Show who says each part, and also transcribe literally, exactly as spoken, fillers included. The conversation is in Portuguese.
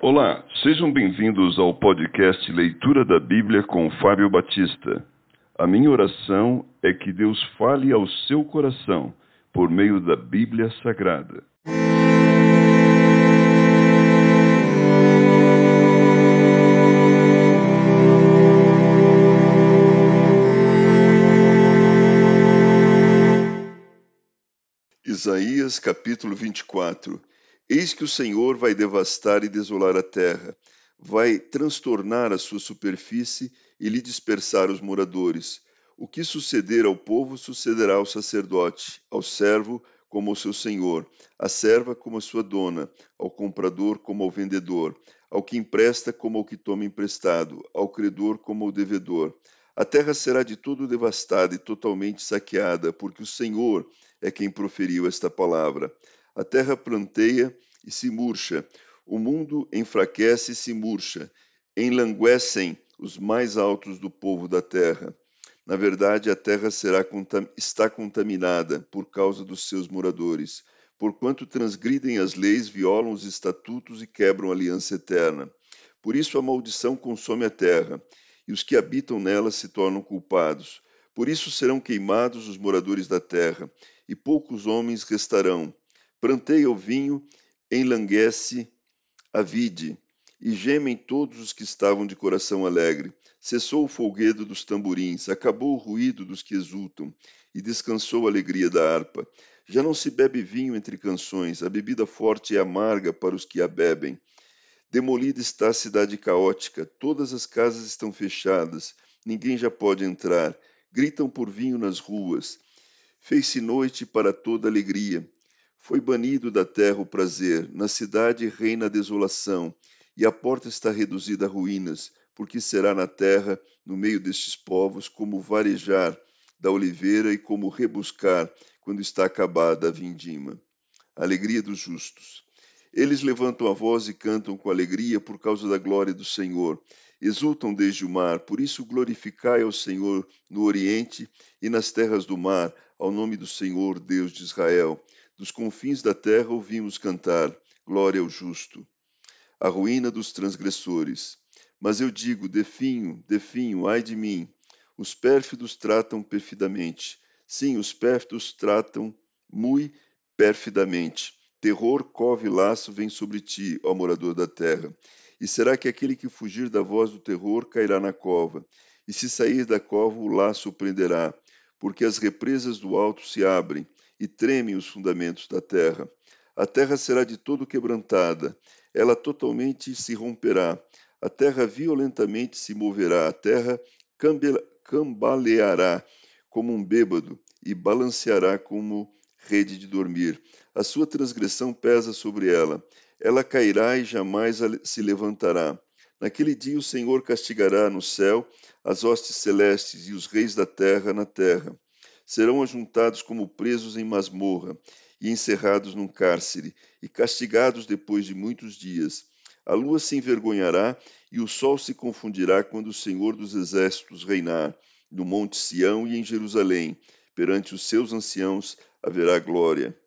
Speaker 1: Olá, sejam bem-vindos ao podcast Leitura da Bíblia com Fábio Batista. A minha oração é que Deus fale ao seu coração por meio da Bíblia Sagrada. Isaías capítulo vinte e quatro. Eis que o Senhor vai devastar e desolar a terra, vai transtornar a sua superfície e lhe dispersar os moradores. O que suceder ao povo sucederá ao sacerdote, ao servo como ao seu senhor, à serva como à sua dona, ao comprador como ao vendedor, ao que empresta como ao que toma emprestado, ao credor como ao devedor. A terra será de todo devastada e totalmente saqueada, porque o Senhor é quem proferiu esta palavra. A terra planteia e se murcha, o mundo enfraquece e se murcha, enlanguecem os mais altos do povo da terra. Na verdade, a terra será, está contaminada por causa dos seus moradores, porquanto transgridem as leis, violam os estatutos e quebram a aliança eterna. Por isso a maldição consome a terra, e os que habitam nela se tornam culpados. Por isso serão queimados os moradores da terra, e poucos homens restarão. Pranteia o vinho, enlanguece a vide, e gemem todos os que estavam de coração alegre. Cessou o folguedo dos tamborins, acabou o ruído dos que exultam, e descansou a alegria da harpa. Já não se bebe vinho entre canções, a bebida forte é amarga para os que a bebem. Demolida está a cidade caótica, todas as casas estão fechadas, ninguém já pode entrar. Gritam por vinho nas ruas. Fez-se noite para toda alegria. Foi banido da terra o prazer, na cidade reina a desolação, e a porta está reduzida a ruínas, porque será na terra, no meio destes povos, como varejar da oliveira e como rebuscar quando está acabada a vindima. A alegria dos justos. Eles levantam a voz e cantam com alegria por causa da glória do Senhor. Exultam desde o mar, por isso glorificai ao Senhor no Oriente e nas terras do mar, ao nome do Senhor, Deus de Israel. Dos confins da terra ouvimos cantar, glória ao justo. A ruína dos transgressores. Mas eu digo, definho, definho, ai de mim. Os pérfidos tratam perfidamente. Sim, os pérfidos tratam muito perfidamente. Terror, cova e laço vem sobre ti, ó morador da terra. E será que aquele que fugir da voz do terror cairá na cova? E se sair da cova, o laço o prenderá. Porque as represas do alto se abrem, e tremem os fundamentos da terra. A terra será de todo quebrantada, ela totalmente se romperá. A terra violentamente se moverá, a terra cambaleará como um bêbado, e balanceará como rede de dormir. A sua transgressão pesa sobre ela. Ela cairá e jamais se levantará. Naquele dia o Senhor castigará no céu as hostes celestes e os reis da terra na terra. Serão ajuntados como presos em masmorra e encerrados num cárcere e castigados depois de muitos dias. A lua se envergonhará e o sol se confundirá quando o Senhor dos exércitos reinar no monte Sião e em Jerusalém. Perante os seus anciãos haverá glória.